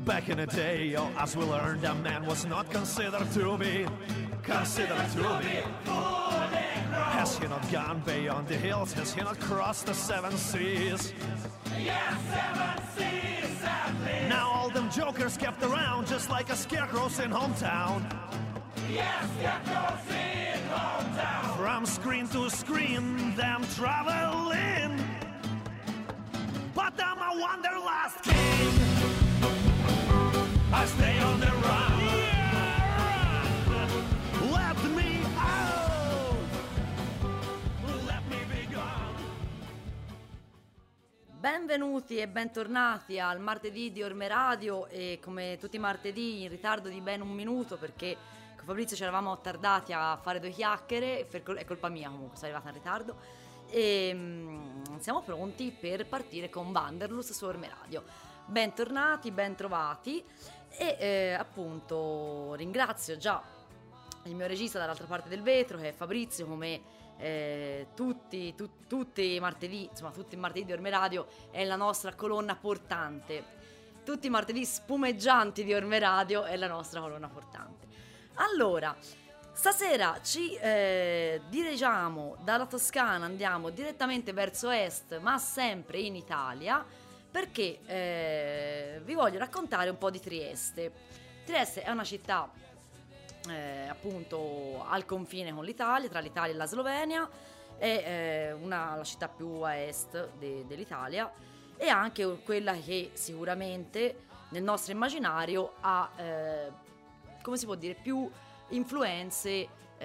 Back in the day, oh, as we learned, a man was not considered to be Has he not gone beyond the hills? Has he not crossed the 7 seas? Yes, 7 seas at least. Now all them jokers kept around just like a scarecrows in hometown. Yes, scarecrows in hometown. From screen to screen, them traveling. But I'm a wanderlust king. I stay on the run. Let me out. Let me be gone. Benvenuti e bentornati al martedì di Orme Radio, e come tutti i martedì in ritardo di ben un minuto perché con Fabrizio ci eravamo attardati a fare 2 chiacchiere, è colpa mia comunque, sono arrivata in ritardo e siamo pronti per partire con Wanderlust su Orme Radio. Bentornati, bentrovati e appunto ringrazio già il mio regista dall'altra parte del vetro che è Fabrizio, come tutti i martedì, insomma tutti i martedì di Orme Radio è la nostra colonna portante, tutti i martedì spumeggianti di Orme Radio è la nostra colonna portante. Allora, stasera ci dirigiamo dalla Toscana, andiamo direttamente verso est, ma sempre in Italia, perché vi voglio raccontare un po' di Trieste. Trieste è una città appunto al confine con l'Italia, tra l'Italia e la Slovenia, è la città più a est dell'Italia, e anche quella che sicuramente nel nostro immaginario ha come si può dire, più influenze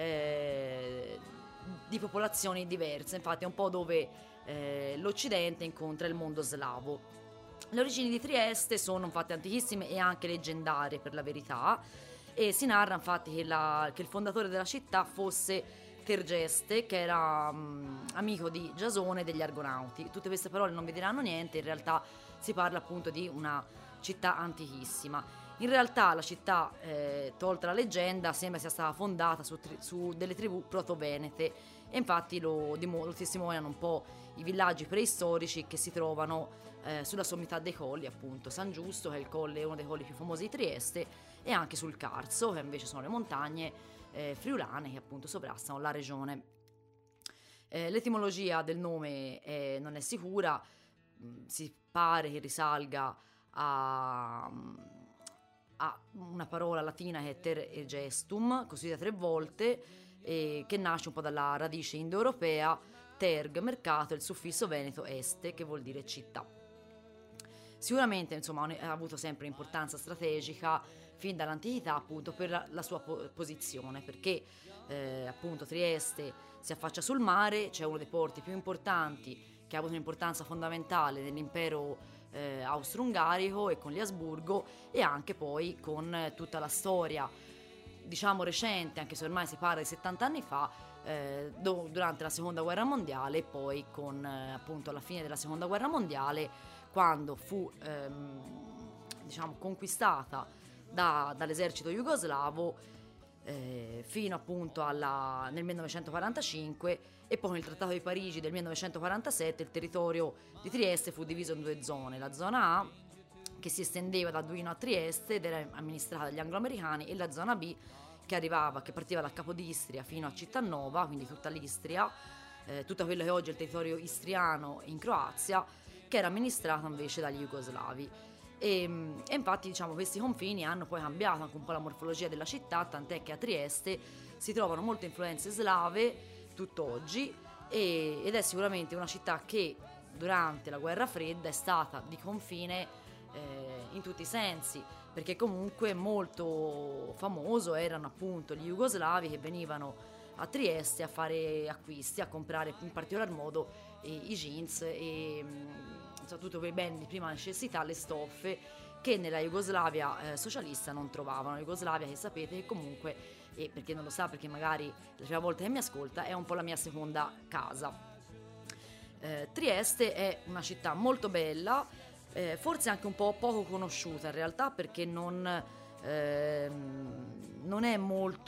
di popolazioni diverse. Infatti è un po' dove l'Occidente incontra il mondo slavo. Le origini di Trieste sono infatti antichissime e anche leggendarie, per la verità, e si narra infatti che il fondatore della città fosse Tergeste, che era amico di Giasone e degli Argonauti. Tutte queste parole non vi diranno niente, in realtà si parla appunto di una città antichissima. In realtà la città, tolta la leggenda, sembra sia stata fondata su delle tribù proto-venete, e infatti lo testimoniano un po' i villaggi preistorici che si trovano sulla sommità dei colli, appunto San Giusto, che è uno dei colli più famosi di Trieste, e anche sul Carso, che invece sono le montagne friulane che appunto sovrastano la regione. L'etimologia del nome non è sicura, si pare che risalga a una parola latina che è ter gestum, costruita 3 volte, che nasce un po' dalla radice indoeuropea terg, mercato, e il suffisso veneto este, che vuol dire città. Sicuramente insomma ha avuto sempre importanza strategica fin dall'antichità, appunto per la sua posizione, perché appunto Trieste si affaccia sul mare, c'è uno dei porti più importanti che ha avuto un'importanza fondamentale nell'impero austro-ungarico e con gli Asburgo, e anche poi con tutta la storia diciamo recente, anche se ormai si parla di 70 anni fa, durante la seconda guerra mondiale, e poi con appunto alla fine della seconda guerra mondiale, quando fu diciamo conquistata dall'esercito jugoslavo fino appunto nel 1945, e poi con il Trattato di Parigi del 1947 il territorio di Trieste fu diviso in 2 zone: la zona A, che si estendeva da Duino a Trieste ed era amministrata dagli angloamericani, e la zona B, che partiva da Capodistria fino a Cittanova, quindi tutta l'Istria, tutta quello che oggi è il territorio istriano in Croazia, che era amministrata invece dagli jugoslavi. E infatti diciamo questi confini hanno poi cambiato anche un po' la morfologia della città, tant'è che a Trieste si trovano molte influenze slave tutt'oggi, ed è sicuramente una città che durante la guerra fredda è stata di confine in tutti i sensi, perché comunque molto famoso erano appunto gli jugoslavi che venivano a Trieste a fare acquisti, a comprare in particolar modo i jeans e soprattutto quei beni di prima necessità, le stoffe, che nella Jugoslavia socialista non trovavano. La Jugoslavia, che sapete che comunque, e per chi non lo sa, perché magari la prima volta che mi ascolta, è un po' la mia seconda casa. Trieste è una città molto bella, forse anche un po' poco conosciuta in realtà, perché non è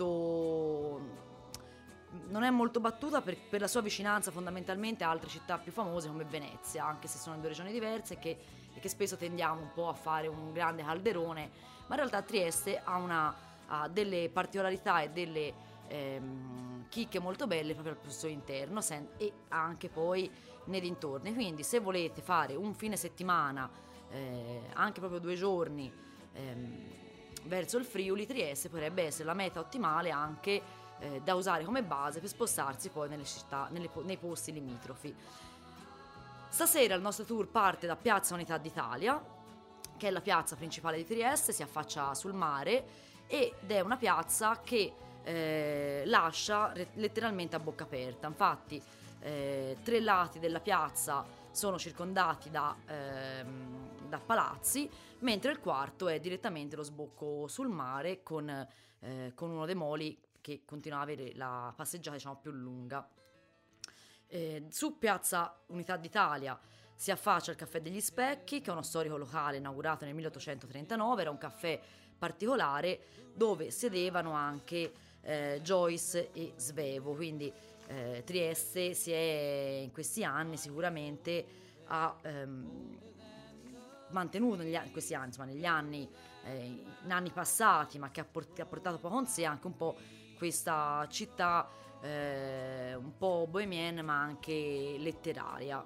molto battuta per la sua vicinanza fondamentalmente a altre città più famose come Venezia, anche se sono in 2 regioni diverse, che e che spesso tendiamo un po' a fare un grande calderone, ma in realtà Trieste ha delle particolarità e delle chicche molto belle proprio al suo interno e anche poi nei dintorni. Quindi se volete fare un fine settimana, anche proprio 2 giorni verso il Friuli, Trieste potrebbe essere la meta ottimale anche da usare come base per spostarsi poi nelle città, nei posti limitrofi. Stasera il nostro tour parte da Piazza Unità d'Italia, che è la piazza principale di Trieste, si affaccia sul mare ed è una piazza che lascia letteralmente a bocca aperta. Infatti 3 lati della piazza sono circondati da palazzi, mentre il quarto è direttamente lo sbocco sul mare con uno dei moli che continua a avere la passeggiata, diciamo, più lunga. Su Piazza Unità d'Italia si affaccia il Caffè degli Specchi, che è uno storico locale inaugurato nel 1839. Era un caffè particolare dove sedevano anche Joyce e Svevo, quindi Trieste si è in questi anni sicuramente mantenuto in questi anni, insomma, negli anni in anni passati, ma che ha portato poi con sé anche un po' questa città un po' bohemienne ma anche letteraria.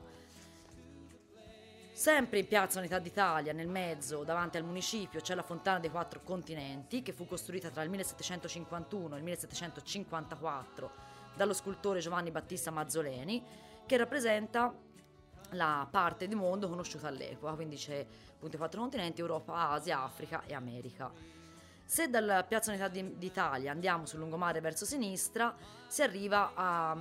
Sempre in Piazza Unità d'Italia, nel mezzo, davanti al municipio, c'è la Fontana dei 4 Continenti, che fu costruita tra il 1751 e il 1754 dallo scultore Giovanni Battista Mazzoleni, che rappresenta la parte di mondo conosciuta all'epoca, quindi c'è appunto i 4 continenti: Europa, Asia, Africa e America. Se dalla Piazza Unità d'Italia andiamo sul lungomare verso sinistra, si arriva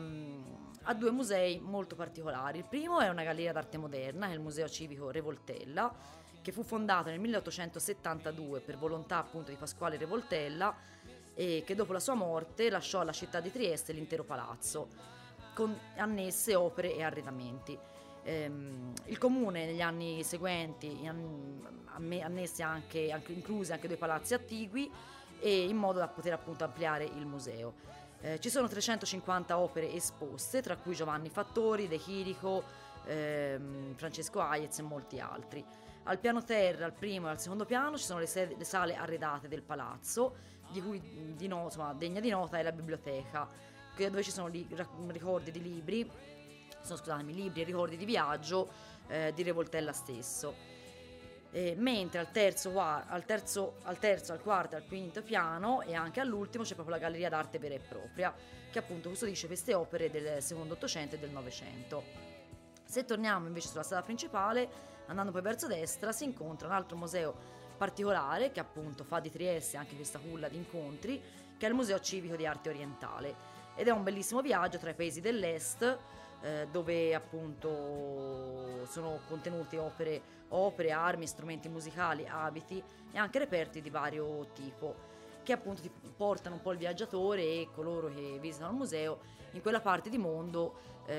a 2 musei molto particolari. Il primo è una galleria d'arte moderna, che è il Museo Civico Revoltella, che fu fondato nel 1872 per volontà appunto di Pasquale Revoltella, e che dopo la sua morte lasciò alla città di Trieste l'intero palazzo, con annesse opere e arredamenti. Il comune negli anni seguenti annessi inclusi anche 2 palazzi attigui, e in modo da poter appunto ampliare il museo. Ci sono 350 opere esposte, tra cui Giovanni Fattori, De Chirico, Francesco Hayez e molti altri. Al piano terra, al primo e al secondo piano, ci sono le sale arredate del palazzo, di cui degna di nota è la biblioteca, dove ci sono ricordi di libri e ricordi di viaggio di Revoltella stesso. Mentre al terzo, al quarto e al quinto piano, e anche all'ultimo, c'è proprio la galleria d'arte vera e propria, che appunto custodisce queste opere del secondo Ottocento e del Novecento. Se torniamo invece sulla strada principale, andando poi verso destra, si incontra un altro museo particolare che appunto fa di Trieste anche questa culla di incontri, che è il Museo Civico di Arte Orientale, ed è un bellissimo viaggio tra i paesi dell'est, dove appunto sono contenuti opere, armi, strumenti musicali, abiti e anche reperti di vario tipo, che appunto ti portano un po' il viaggiatore e coloro che visitano il museo in quella parte di mondo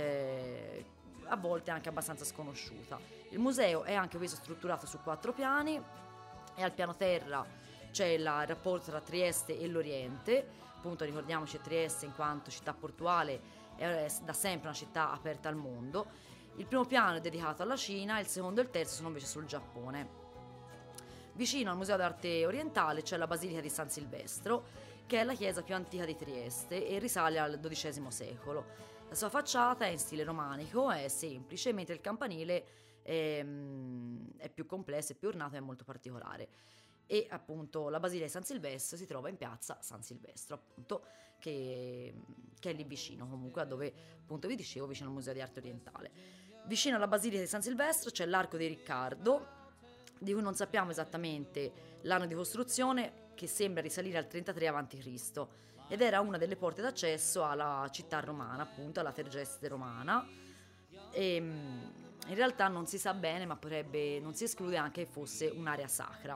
a volte anche abbastanza sconosciuta. Il museo è anche questo strutturato su 4 piani, e al piano terra c'è il rapporto tra Trieste e l'Oriente. Appunto, ricordiamoci Trieste in quanto città portuale è da sempre una città aperta al mondo. Il primo piano è dedicato alla Cina, il secondo e il terzo sono invece sul Giappone. Vicino al Museo d'Arte Orientale c'è la Basilica di San Silvestro, che è la chiesa più antica di Trieste e risale al XII secolo. La sua facciata è in stile romanico, è semplice, mentre il campanile è più complesso, è più ornato e è molto particolare. E appunto la Basilica di San Silvestro si trova in piazza San Silvestro, appunto, che è lì vicino, comunque, a dove appunto vi dicevo, vicino al Museo di Arte Orientale. Vicino alla Basilica di San Silvestro c'è l'Arco di Riccardo, di cui non sappiamo esattamente l'anno di costruzione, che sembra risalire al 33 a.C., ed era una delle porte d'accesso alla città romana, appunto alla Tergeste romana. E in realtà non si sa bene, ma non si esclude anche che fosse un'area sacra.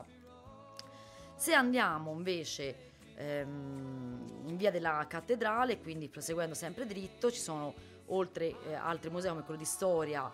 Se andiamo invece in via della Cattedrale, quindi proseguendo sempre dritto, ci sono oltre altri musei come quello di storia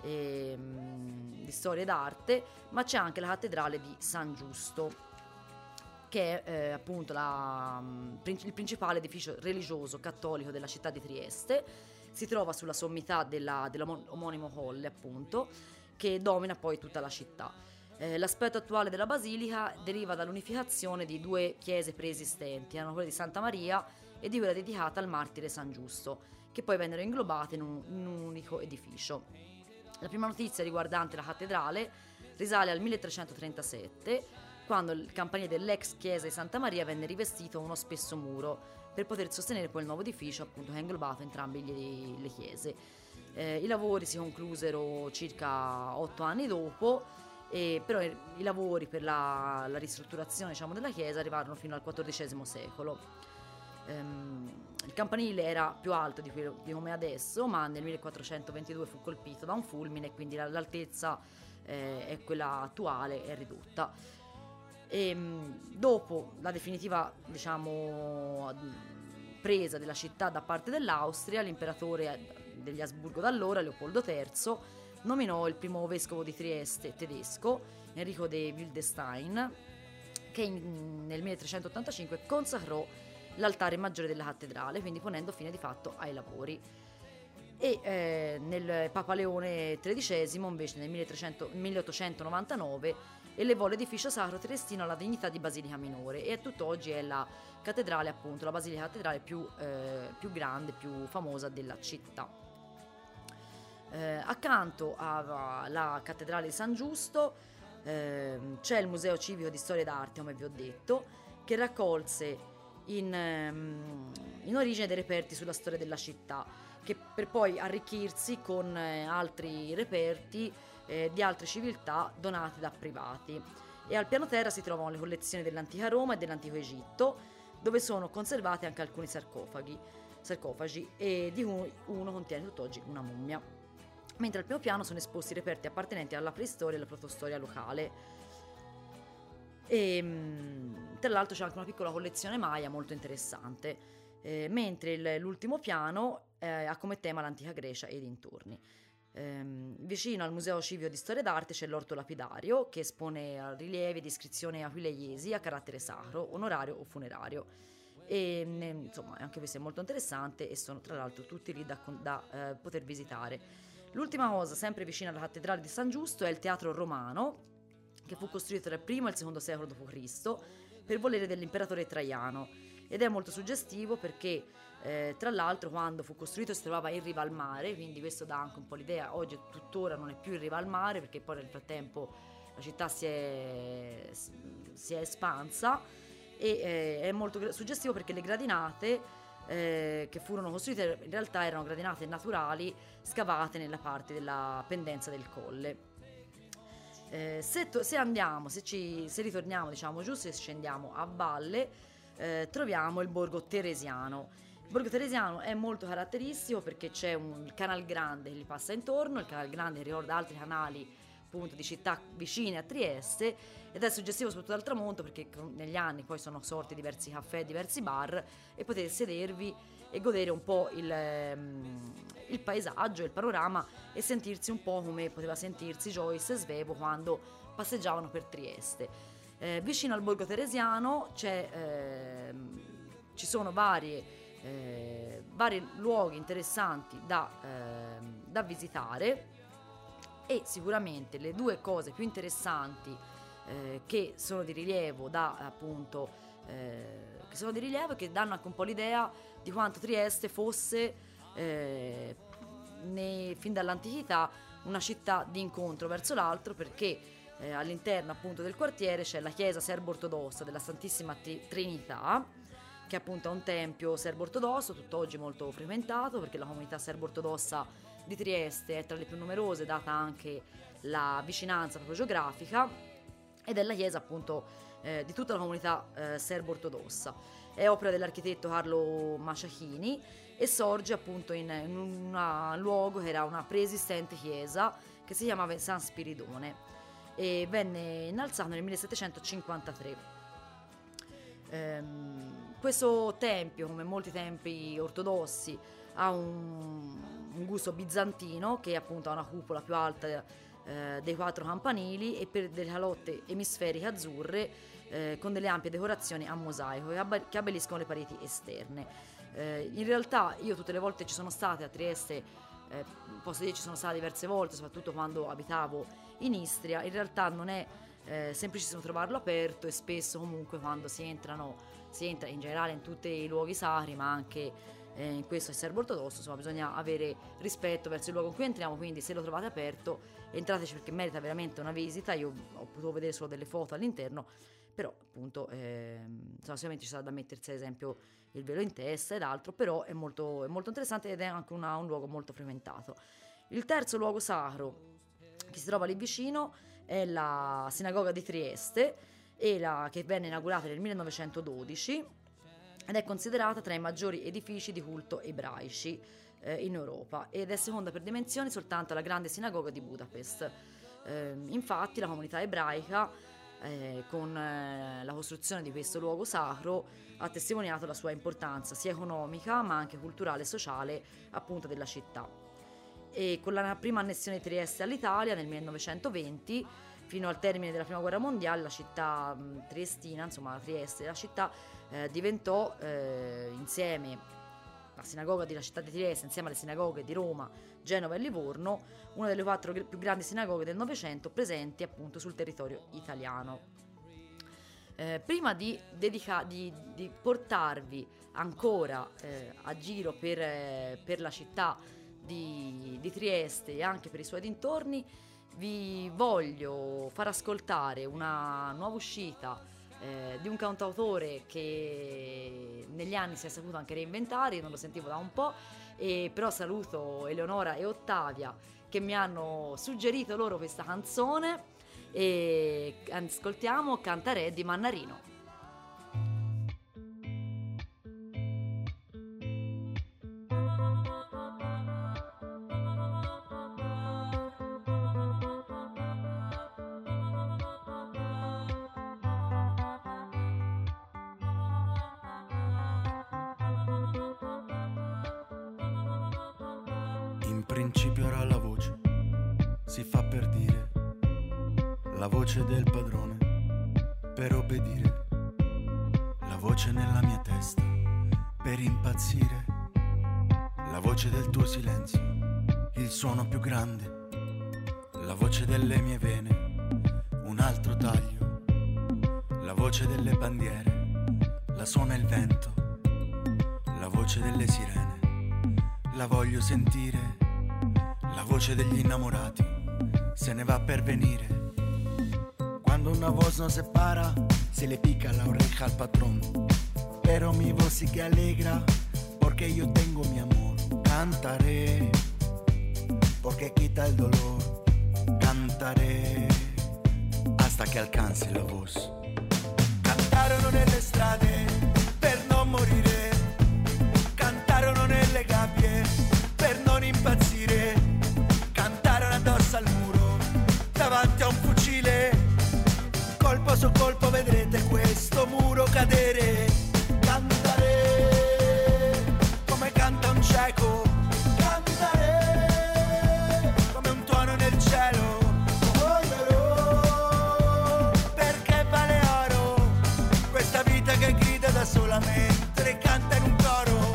ed arte, ma c'è anche la Cattedrale di San Giusto, che è appunto il principale edificio religioso cattolico della città di Trieste. Si trova sulla sommità dell'omonimo colle, appunto, che domina poi tutta la città. L'aspetto attuale della basilica deriva dall'unificazione di due chiese preesistenti, erano quella di Santa Maria e di quella dedicata al martire San Giusto, che poi vennero inglobate in un unico edificio. La prima notizia riguardante la cattedrale risale al 1337, quando il campanile dell'ex chiesa di Santa Maria venne rivestito uno spesso muro per poter sostenere poi il nuovo edificio, appunto, che ha inglobato entrambe le chiese. I lavori si conclusero circa 8 anni dopo, però i lavori per la ristrutturazione, diciamo, della chiesa arrivarono fino al XIV secolo. Il campanile era più alto di come è adesso, ma nel 1422 fu colpito da un fulmine, quindi l'altezza è quella attuale, è ridotta. Dopo la definitiva, diciamo, presa della città da parte dell'Austria, l'imperatore degli Asburgo d'allora, Leopoldo III, nominò il primo vescovo di Trieste tedesco, Enrico de Wildestein, che nel 1385 consacrò l'altare maggiore della cattedrale, quindi ponendo fine di fatto ai lavori. E nel Papa Leone XIII invece nel 1899 elevò l'edificio sacro triestino alla dignità di basilica minore, e a tutt'oggi è la cattedrale, appunto, la basilica cattedrale più grande, più famosa della città. Accanto alla cattedrale di San Giusto c'è il Museo Civico di Storia d'Arte, come vi ho detto, che raccolse in origine dei reperti sulla storia della città, che per poi arricchirsi con altri reperti di altre civiltà donati da privati. E al piano terra si trovano le collezioni dell'antica Roma e dell'antico Egitto, dove sono conservati anche alcuni sarcofagi, e di cui uno contiene tutt'oggi una mummia. Mentre al primo piano sono esposti reperti appartenenti alla preistoria e alla protostoria locale. E tra l'altro c'è anche una piccola collezione Maya molto interessante, mentre l'ultimo piano ha come tema l'antica Grecia e i dintorni. Vicino al Museo Civico di Storia d'Arte c'è l'orto lapidario, che espone rilievi ed iscrizioni aquileiesi a carattere sacro, onorario o funerario. E insomma, anche questo è molto interessante e sono tra l'altro tutti lì da poter visitare. L'ultima cosa, sempre vicino alla cattedrale di San Giusto, è il Teatro Romano, che fu costruito tra il I e il II secolo d.C. per volere dell'imperatore Traiano, ed è molto suggestivo perché tra l'altro quando fu costruito si trovava in riva al mare, quindi questo dà anche un po' l'idea. Oggi tuttora non è più in riva al mare, perché poi nel frattempo la città si è espansa, e è molto suggestivo perché le gradinate che furono costruite in realtà erano gradinate naturali scavate nella parte della pendenza del colle. Se ritorniamo, diciamo, giù, se scendiamo a valle, troviamo il borgo teresiano. Il borgo teresiano è molto caratteristico perché c'è un canal grande che gli passa intorno, il canal grande che ricorda altri canali, appunto, di città vicine a Trieste, ed è suggestivo soprattutto dal tramonto perché negli anni poi sono sorti diversi caffè, diversi bar, e potete sedervi e godere un po' il paesaggio, il panorama, e sentirsi un po' come poteva sentirsi Joyce e Svevo quando passeggiavano per Trieste. Vicino al borgo teresiano ci sono vari luoghi interessanti da visitare, e sicuramente le due cose più interessanti che sono di rilievo che che danno anche un po' l'idea di quanto Trieste fosse fin dall'antichità una città di incontro verso l'altro, perché all'interno, appunto, del quartiere c'è la chiesa serbo-ortodossa della Santissima Trinità, che appunto è un tempio serbo-ortodosso tutt'oggi molto frequentato, perché la comunità serbo-ortodossa di Trieste è tra le più numerose, data anche la vicinanza proprio geografica, ed è la chiesa, appunto, di tutta la comunità serbo-ortodossa. È opera dell'architetto Carlo Masciachini e sorge appunto in un luogo che era una preesistente chiesa che si chiamava San Spiridone, e venne innalzato nel 1753. Questo tempio, come molti templi ortodossi, ha un gusto bizantino, che appunto ha una cupola più alta dei 4 campanili e per delle calotte emisferiche azzurre con delle ampie decorazioni a mosaico che abbelliscono le pareti esterne. In realtà io tutte le volte ci sono state a Trieste posso dire ci sono stata diverse volte, soprattutto quando abitavo in Istria. In realtà non è semplicissimo trovarlo aperto, e spesso comunque quando si entra in generale in tutti i luoghi sacri, ma anche in questo il serbo ortodosso, insomma bisogna avere rispetto verso il luogo in cui entriamo, quindi se lo trovate aperto entrateci, perché merita veramente una visita. Io ho potuto vedere solo delle foto all'interno, però appunto insomma, sicuramente ci sarà da mettersi ad esempio il velo in testa ed altro, però è molto interessante ed è anche un luogo molto frequentato. Il terzo luogo sacro che si trova lì vicino è la sinagoga di Trieste, che venne inaugurata nel 1912 ed è considerata tra i maggiori edifici di culto ebraici in Europa, ed è seconda per dimensioni soltanto alla grande sinagoga di Budapest. Infatti la comunità ebraica con la costruzione di questo luogo sacro ha testimoniato la sua importanza sia economica ma anche culturale e sociale appunto della città. E con la prima annessione di Trieste all'Italia nel 1920, fino al termine della prima guerra mondiale, la città triestina, insomma Trieste, la città diventò insieme la sinagoga della città di Trieste, insieme alle sinagoghe di Roma, Genova e Livorno, una delle 4 più grandi sinagoghe del Novecento presenti appunto sul territorio italiano. Prima di portarvi ancora a giro per la città di Trieste e anche per i suoi dintorni, vi voglio far ascoltare una nuova uscita di un cantautore che negli anni si è saputo anche reinventare. Io non lo sentivo da un po', però saluto Eleonora e Ottavia che mi hanno suggerito loro questa canzone, e ascoltiamo Cantarè di Mannarino. In principio era la voce, si fa per dire, la voce del padrone, per obbedire, la voce nella mia testa, per impazzire, la voce del tuo silenzio, il suono più grande, la voce delle mie vene, un altro taglio, la voce delle bandiere, la suona il vento, la voce delle sirene, la voglio sentire, la voce degli innamorati, se ne va per venire. Cuando una voz nos separa, se le pica la oreja al patrón, pero mi voz sí que alegra, porque yo tengo mi amor. Cantaré, porque quita el dolor, cantaré, hasta che alcance la voz. Cantarono nelle strade, per non morire, cantarono nelle gabbie, per non impazzire, cantarono addosso al muro, davanti a un fucile, colpo su colpo vedrete questo muro cadere. Cantaré, come canta un cieco, cantaré, come un tuono nel cielo, perché vale oro, questa vita che grida da sola mentre canta in un coro.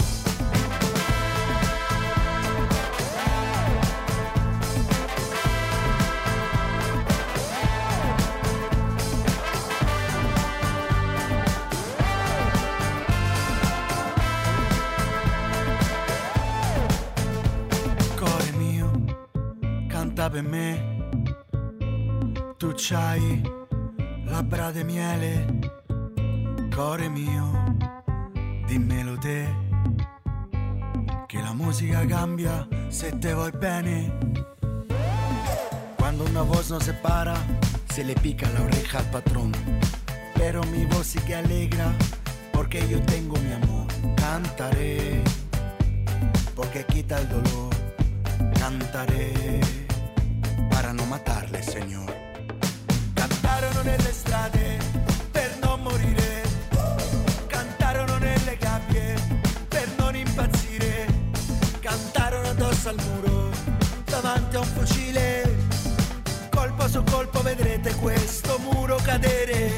Per me tu c'hai labbra di miele, cuore mio, dimmelo te, che la musica cambia se te vuoi bene. Cuando una voz nos separa, se le pica la oreja al patrón, pero mi voz sí que alegra, porque yo tengo mi amor. Cantaré, porque quita el dolor, cantaré, para non matarle, Señor. Cantarono nelle strade per non morire, cantarono nelle gabbie per non impazzire, cantarono addosso al muro, davanti a un fucile, colpo su colpo vedrete questo muro cadere.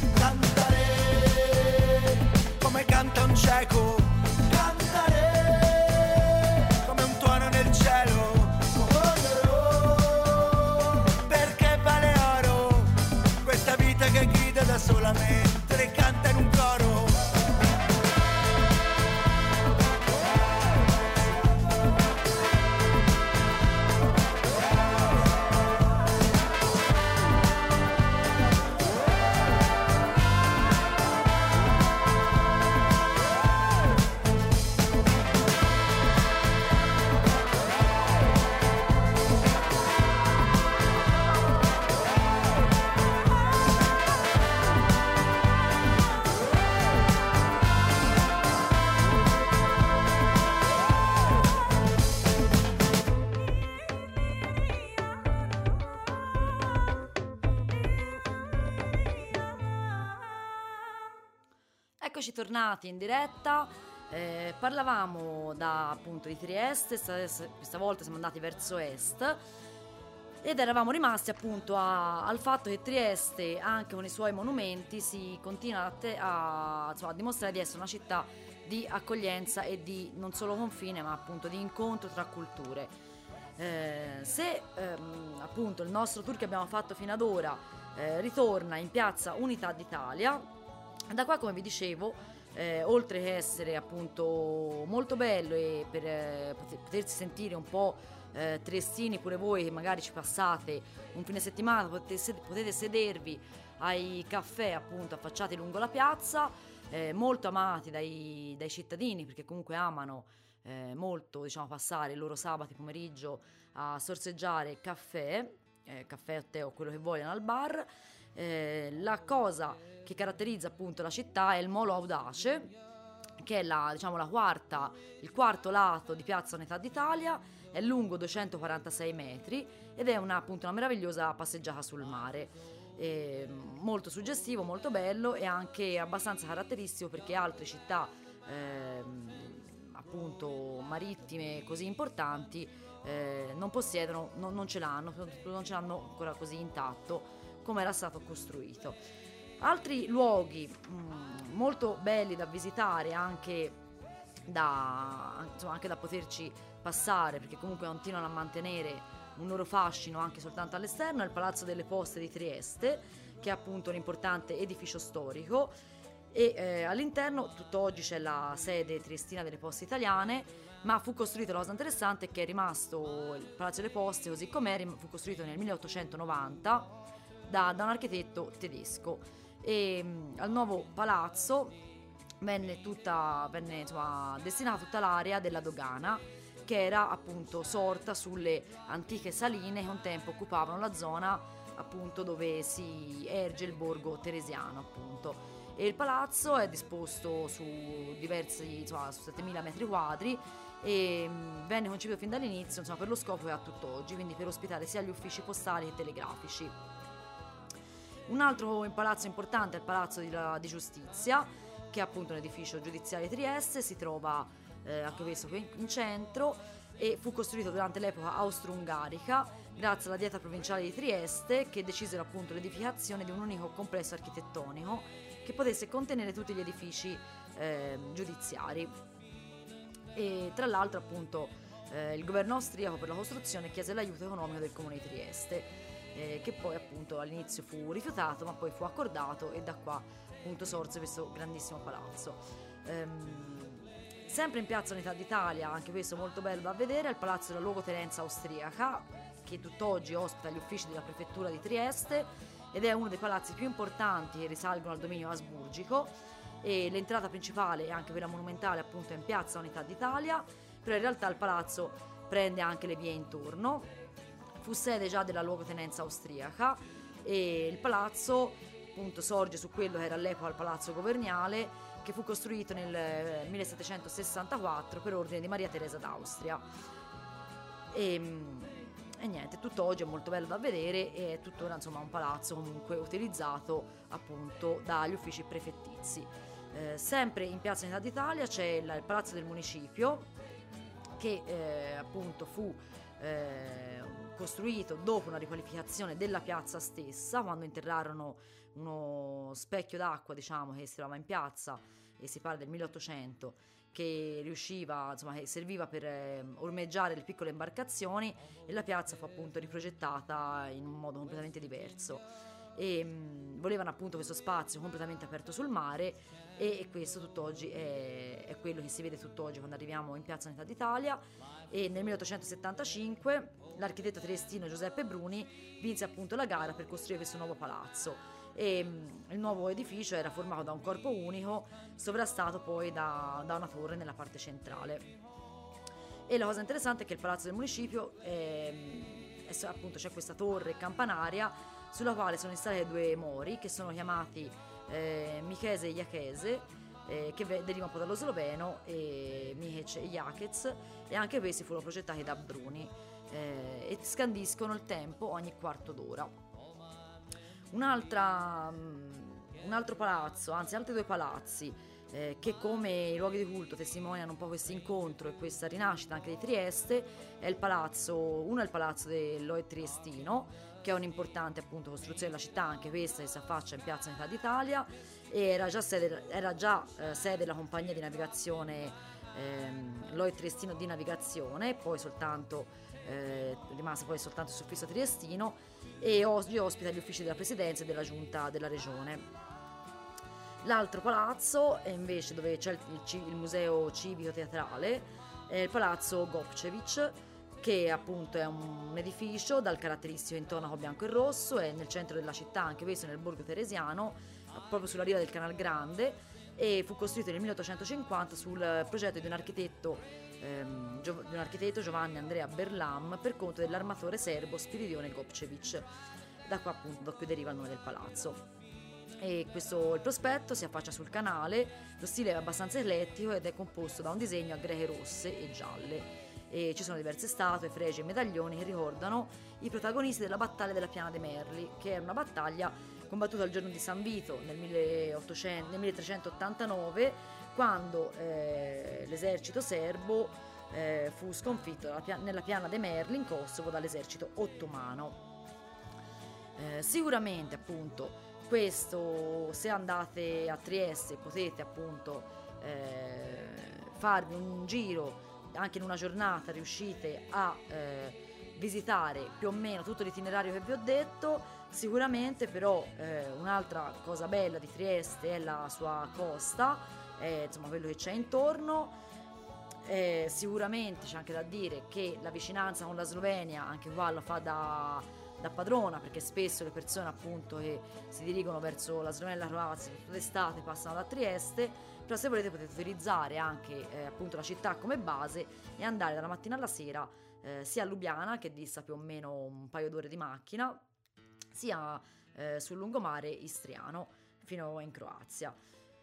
Cantaré, come canta un cieco, cantaré, come un tuono nel cielo, mentre canta in un coro. Eccoci tornati in diretta, parlavamo appunto di Trieste, questa volta siamo andati verso est ed eravamo rimasti appunto al fatto che Trieste, anche con i suoi monumenti, si continua a dimostrare di essere una città di accoglienza e di non solo confine ma appunto di incontro tra culture. Appunto il nostro tour che abbiamo fatto fino ad ora ritorna in piazza Unità d'Italia. Da qua, come vi dicevo, oltre che essere appunto molto bello e per potersi sentire un po' triestini pure voi che magari ci passate un fine settimana, potete sedervi ai caffè appunto affacciati lungo la piazza, molto amati dai cittadini, perché comunque amano molto, diciamo, passare i loro sabati pomeriggio a sorseggiare caffè o tè o quello che vogliono al bar. La cosa che caratterizza appunto la città è il Molo Audace, che è il quarto lato di piazza Unità d'Italia, è lungo 246 metri ed è appunto una meravigliosa passeggiata sul mare, molto suggestivo, molto bello e anche abbastanza caratteristico, perché altre città appunto marittime così importanti non possiedono, non ce l'hanno ancora così intatto come era stato costruito. Altri luoghi molto belli da visitare, anche da poterci passare, perché comunque continuano a mantenere un loro fascino anche soltanto all'esterno, è il Palazzo delle Poste di Trieste, che è appunto un importante edificio storico, e all'interno tutt'oggi c'è la sede triestina delle Poste Italiane, ma fu costruito, la cosa interessante è che è rimasto il Palazzo delle Poste così com'è, fu costruito nel 1890 da un architetto tedesco, e al nuovo palazzo venne destinata tutta l'area della dogana, che era appunto sorta sulle antiche saline che un tempo occupavano la zona appunto dove si erge il borgo teresiano appunto. E il palazzo è disposto su su 7000 metri quadri e venne concepito fin dall'inizio per lo scopo che ha tutt'oggi, quindi per ospitare sia gli uffici postali che telegrafici. Un altro palazzo importante è il Palazzo di Giustizia, che è appunto un edificio giudiziario di Trieste, si trova anche questo qui in centro, e fu costruito durante l'epoca austro-ungarica grazie alla Dieta provinciale di Trieste, che decisero appunto l'edificazione di un unico complesso architettonico che potesse contenere tutti gli edifici giudiziari. E tra l'altro appunto il governo austriaco per la costruzione chiese l'aiuto economico del comune di Trieste, che poi appunto all'inizio fu rifiutato ma poi fu accordato, e da qua appunto sorse questo grandissimo palazzo. Sempre in piazza Unità d'Italia, anche questo molto bello da vedere, è il palazzo della luogotenenza austriaca, che tutt'oggi ospita gli uffici della prefettura di Trieste ed è uno dei palazzi più importanti che risalgono al dominio asburgico, e l'entrata principale, anche quella monumentale, appunto è in piazza Unità d'Italia, però in realtà il palazzo prende anche le vie intorno. Fu sede già della luogotenenza austriaca e il palazzo appunto sorge su quello che era all'epoca il palazzo governiale, che fu costruito nel 1764 per ordine di Maria Teresa d'Austria. E niente, tutto oggi è molto bello da vedere e è tuttora un palazzo comunque utilizzato appunto dagli uffici prefettizi. Sempre in piazza Unità d'Italia c'è il Palazzo del Municipio, che appunto fu costruito dopo una riqualificazione della piazza stessa, quando interrarono uno specchio d'acqua che si trovava in piazza, e si parla del 1800, che che serviva per ormeggiare le piccole imbarcazioni, e la piazza fu appunto riprogettata in un modo completamente diverso. e volevano appunto questo spazio completamente aperto sul mare, e questo tutt'oggi è quello che si vede tutt'oggi quando arriviamo in Piazza Unità d'Italia. E nel 1875 l'architetto triestino Giuseppe Bruni vinse appunto la gara per costruire questo nuovo palazzo, e il nuovo edificio era formato da un corpo unico sovrastato poi da una torre nella parte centrale. E la cosa interessante è che il palazzo del municipio appunto c'è questa torre campanaria sulla quale sono installati due mori che sono chiamati Michese e Iachese, che derivano un po' dallo sloveno, Mihec e Iachez, e anche questi furono progettati da Bruni, e scandiscono il tempo ogni quarto d'ora. Un altro palazzo, anzi altri due palazzi, che come i luoghi di culto testimoniano un po' questo incontro e questa rinascita anche di Trieste, uno è il palazzo del Lloyd Triestino, che è un'importante appunto costruzione della città, anche questa che si affaccia in Piazza Unità d'Italia, e era già sede della compagnia di navigazione Lloyd Triestino di navigazione, poi rimase poi soltanto il suffisso triestino, e oggi ospita gli uffici della presidenza e della giunta della regione. L'altro palazzo è invece dove c'è il museo civico teatrale, è il palazzo Gopčević, che appunto è un edificio dal caratteristico intonaco bianco e rosso, è nel centro della città, anche questo nel borgo teresiano, proprio sulla riva del Canal Grande, e fu costruito nel 1850 sul progetto di un architetto Giovanni Andrea Berlam, per conto dell'armatore serbo Spiridione Gopčević, da qua appunto da cui deriva il nome del palazzo. E il prospetto si affaccia sul canale, lo stile è abbastanza eclettico ed è composto da un disegno a greche rosse e gialle, e ci sono diverse statue, fregi e medaglioni che ricordano i protagonisti della battaglia della Piana de Merli, che era una battaglia combattuta il giorno di San Vito nel 1389, quando l'esercito serbo fu sconfitto nella Piana de Merli in Kosovo dall'esercito ottomano. Sicuramente appunto questo, se andate a Trieste potete appunto farvi un giro anche in una giornata, riuscite a visitare più o meno tutto l'itinerario che vi ho detto. Sicuramente però un'altra cosa bella di Trieste è la sua costa, insomma quello che c'è intorno. Sicuramente c'è anche da dire che la vicinanza con la Slovenia anche qua la fa da padrona, perché spesso le persone appunto che si dirigono verso la Slovenia e la Croazia d'estate passano da Trieste, però se volete potete utilizzare anche appunto la città come base e andare dalla mattina alla sera sia a Lubiana, che dista più o meno un paio d'ore di macchina, sia sul lungomare istriano fino in Croazia.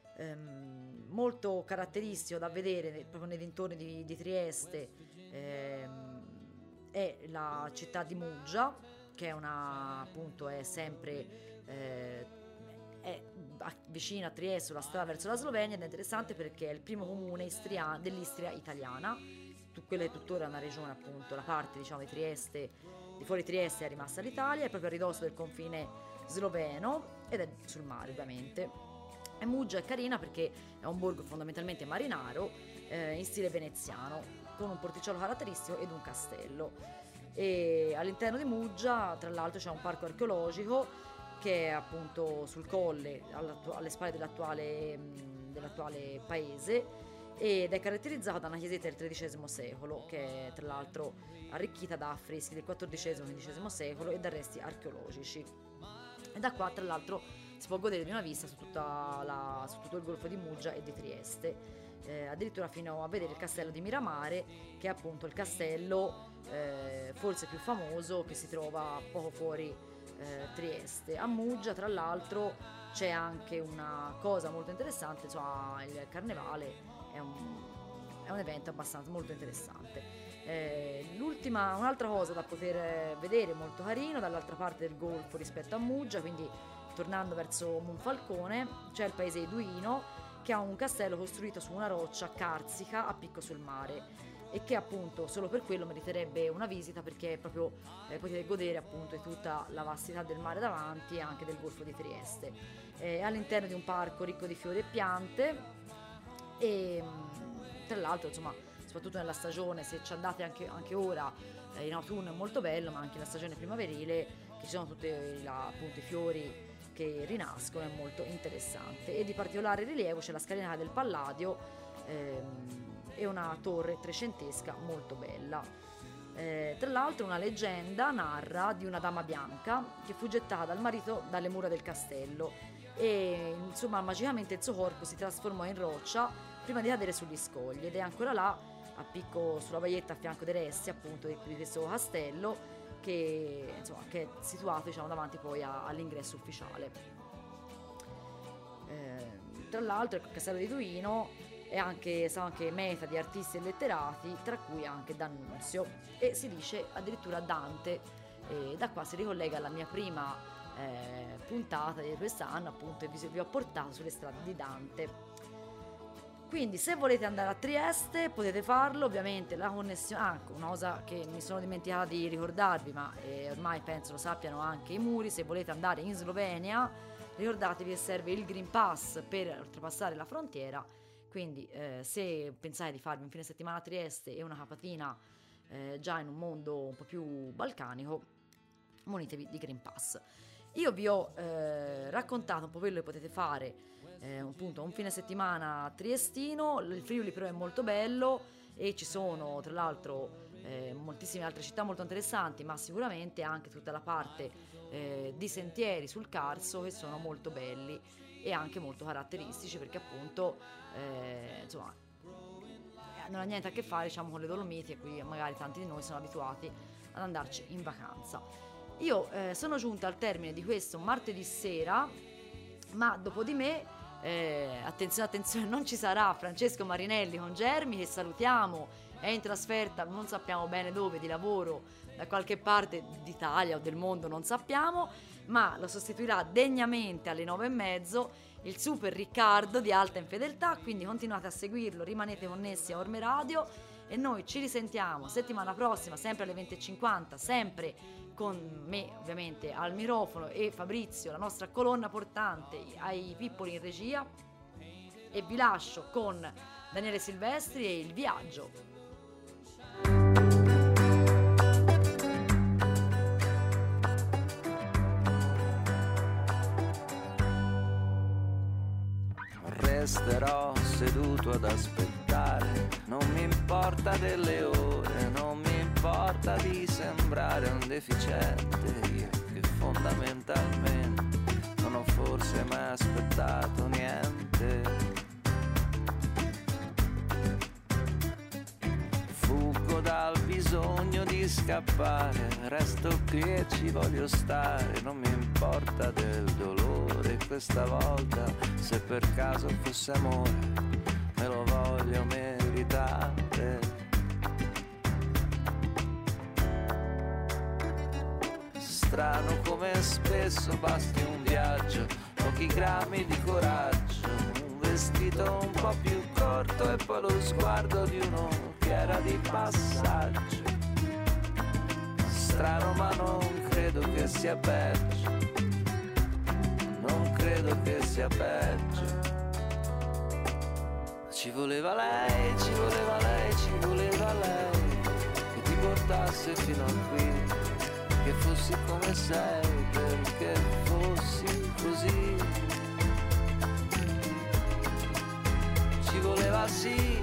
Molto caratteristico da vedere proprio nei dintorni di Trieste è la città di Muggia, che è è sempre è vicina a Trieste, sulla strada verso la Slovenia, ed è interessante perché è il primo comune dell'Istria italiana. Quella è tuttora una regione, appunto, la parte diciamo di Trieste, di fuori Trieste, è rimasta l'Italia, è proprio a ridosso del confine sloveno ed è sul mare ovviamente. E Muggia è carina perché è un borgo fondamentalmente marinaro, in stile veneziano, con un porticciolo caratteristico ed un castello. E all'interno di Muggia tra l'altro c'è un parco archeologico che è appunto sul colle alle spalle dell'attuale paese, ed è caratterizzato da una chiesetta del XIII secolo che è tra l'altro arricchita da affreschi del XIV e XV secolo e da resti archeologici. E da qua tra l'altro si può godere di una vista su tutto il golfo di Muggia e di Trieste, addirittura fino a vedere il castello di Miramare, che è appunto il castello forse più famoso, che si trova poco fuori Trieste. A Muggia tra l'altro c'è anche una cosa molto interessante, cioè il carnevale è un evento abbastanza molto interessante. Un'altra cosa da poter vedere molto carino dall'altra parte del golfo rispetto a Muggia, quindi tornando verso Monfalcone, c'è il paese di Duino, che ha un castello costruito su una roccia carsica a picco sul mare, e che appunto solo per quello meriterebbe una visita, perché proprio potete godere appunto di tutta la vastità del mare davanti e anche del golfo di Trieste. All'interno di un parco ricco di fiori e piante, e tra l'altro insomma soprattutto nella stagione, se ci andate anche ora in autunno è molto bello, ma anche la stagione primaverile che ci sono tutti appunto i fiori che rinascono, è molto interessante. E di particolare rilievo c'è la scalinata del Palladio e una torre trecentesca molto bella. Tra l'altro una leggenda narra di una dama bianca che fu gettata dal marito dalle mura del castello e insomma magicamente il suo corpo si trasformò in roccia prima di cadere sugli scogli, ed è ancora là a picco sulla valletta a fianco dei resti appunto di questo castello che insomma che è situato, diciamo, davanti poi all'ingresso ufficiale. Tra l'altro il castello di Duino è stato anche meta di artisti e letterati, tra cui anche D'Annunzio, e si dice addirittura Dante, e da qua si ricollega alla mia prima puntata di quest'anno, appunto, e vi ho portato sulle strade di Dante. Quindi se volete andare a Trieste potete farlo, ovviamente la connessione, anche una cosa che mi sono dimenticata di ricordarvi, ma ormai penso lo sappiano anche i muri, se volete andare in Slovenia ricordatevi che serve il Green Pass per oltrepassare la frontiera. Quindi se pensate di farvi un fine settimana a Trieste e una capatina già in un mondo un po' più balcanico, munitevi di Green Pass. Io vi ho raccontato un po' quello che potete fare appunto un fine settimana triestino. Il Friuli però è molto bello e ci sono tra l'altro moltissime altre città molto interessanti, ma sicuramente anche tutta la parte di sentieri sul Carso che sono molto belli e anche molto caratteristici, perché appunto insomma non ha niente a che fare, diciamo, con le Dolomiti, e qui magari tanti di noi sono abituati ad andarci in vacanza. Io sono giunta al termine di questo martedì sera, ma dopo di me attenzione, non ci sarà Francesco Marinelli con Germi, che salutiamo, è in trasferta, non sappiamo bene dove, di lavoro da qualche parte d'Italia o del mondo, non sappiamo, ma lo sostituirà degnamente alle 9:30 il super Riccardo di Alta Infedeltà. Quindi continuate a seguirlo, rimanete connessi a Orme Radio e noi ci risentiamo settimana prossima sempre alle 20:50, sempre con me ovviamente al microfono e Fabrizio, la nostra colonna portante, ai pippoli in regia, e vi lascio con Daniele Silvestri e Il Viaggio. Resterò seduto ad aspettare, non mi importa delle ore, non mi importa di sembrare un deficiente, io che fondamentalmente non ho forse mai aspettato niente. Fuggo dal bisogno di scappare, resto qui e ci voglio stare, non mi importa del dolore questa volta, se per caso fosse amore me lo voglio meritare. Strano come spesso basti un viaggio, pochi grammi di coraggio, un vestito un po' più corto e poi lo sguardo di uno che era di passaggio. Strano ma non credo che sia peggio, non credo che sia peggio. Ci voleva lei, ci voleva lei, ci voleva lei, che ti portasse fino a qui, che fossi come sei, perché fossi così. Ci voleva sì,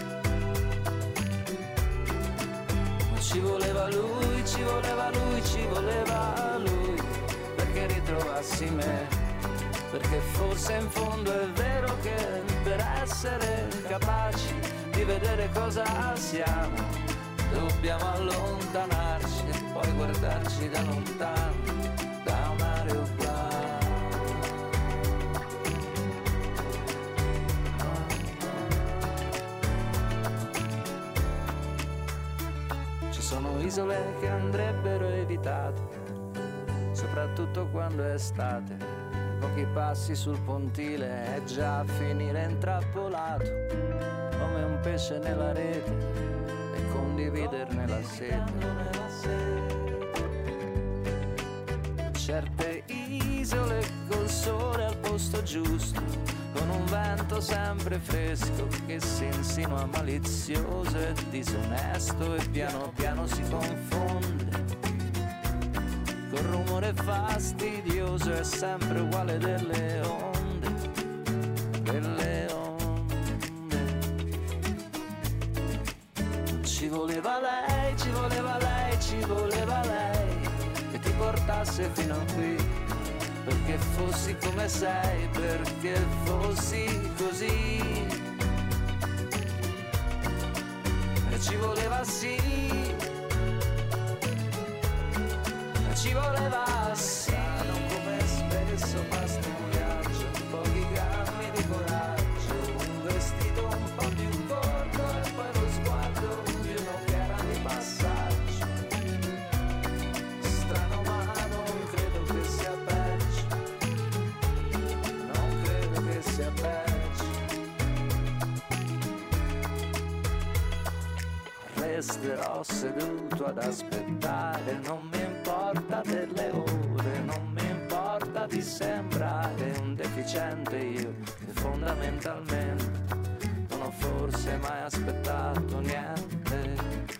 ma ci voleva lui, ci voleva lui, ci voleva lui, perché ritrovassi me, perché forse in fondo è vero che per essere capaci di vedere cosa siamo dobbiamo allontanarci e poi guardarci da lontano, da un aeroplano. Ci sono isole che andrebbero evitate, soprattutto quando è estate. Pochi passi sul pontile è già a finire intrappolato, come un pesce nella rete, e condividerne la sete. Certe isole col sole al posto giusto, con un vento sempre fresco che si insinua malizioso e disonesto e piano piano si confonde col rumore fastidioso è sempre uguale delle onde, delle onde. Ci voleva lei, ci voleva lei, ci voleva lei, che ti portasse fino a qui, perché fossi come sei, perché fossi così. E ci voleva sì, e ci voleva sì, non come spesso basta un viaggio, pochi grammi di coraggio, un vestito un po' più corto e poi lo sguardo di uno che era di passaggio. Strano ma non credo che sia peggio, non credo che sia peggio. Resterò seduto ad aspettare, non mi importa delle ore, non mi importa di sembrare un deficiente io, che fondamentalmente non ho forse mai aspettato niente.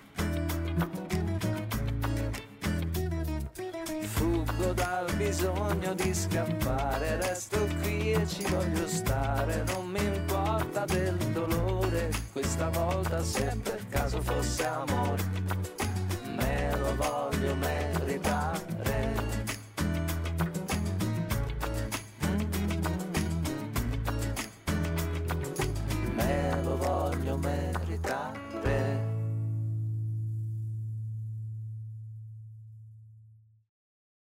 Fuggo dal bisogno di scappare, resto qui e ci voglio stare, non mi importa del dolore, questa volta se per caso fosse amore, me lo voglio meritare.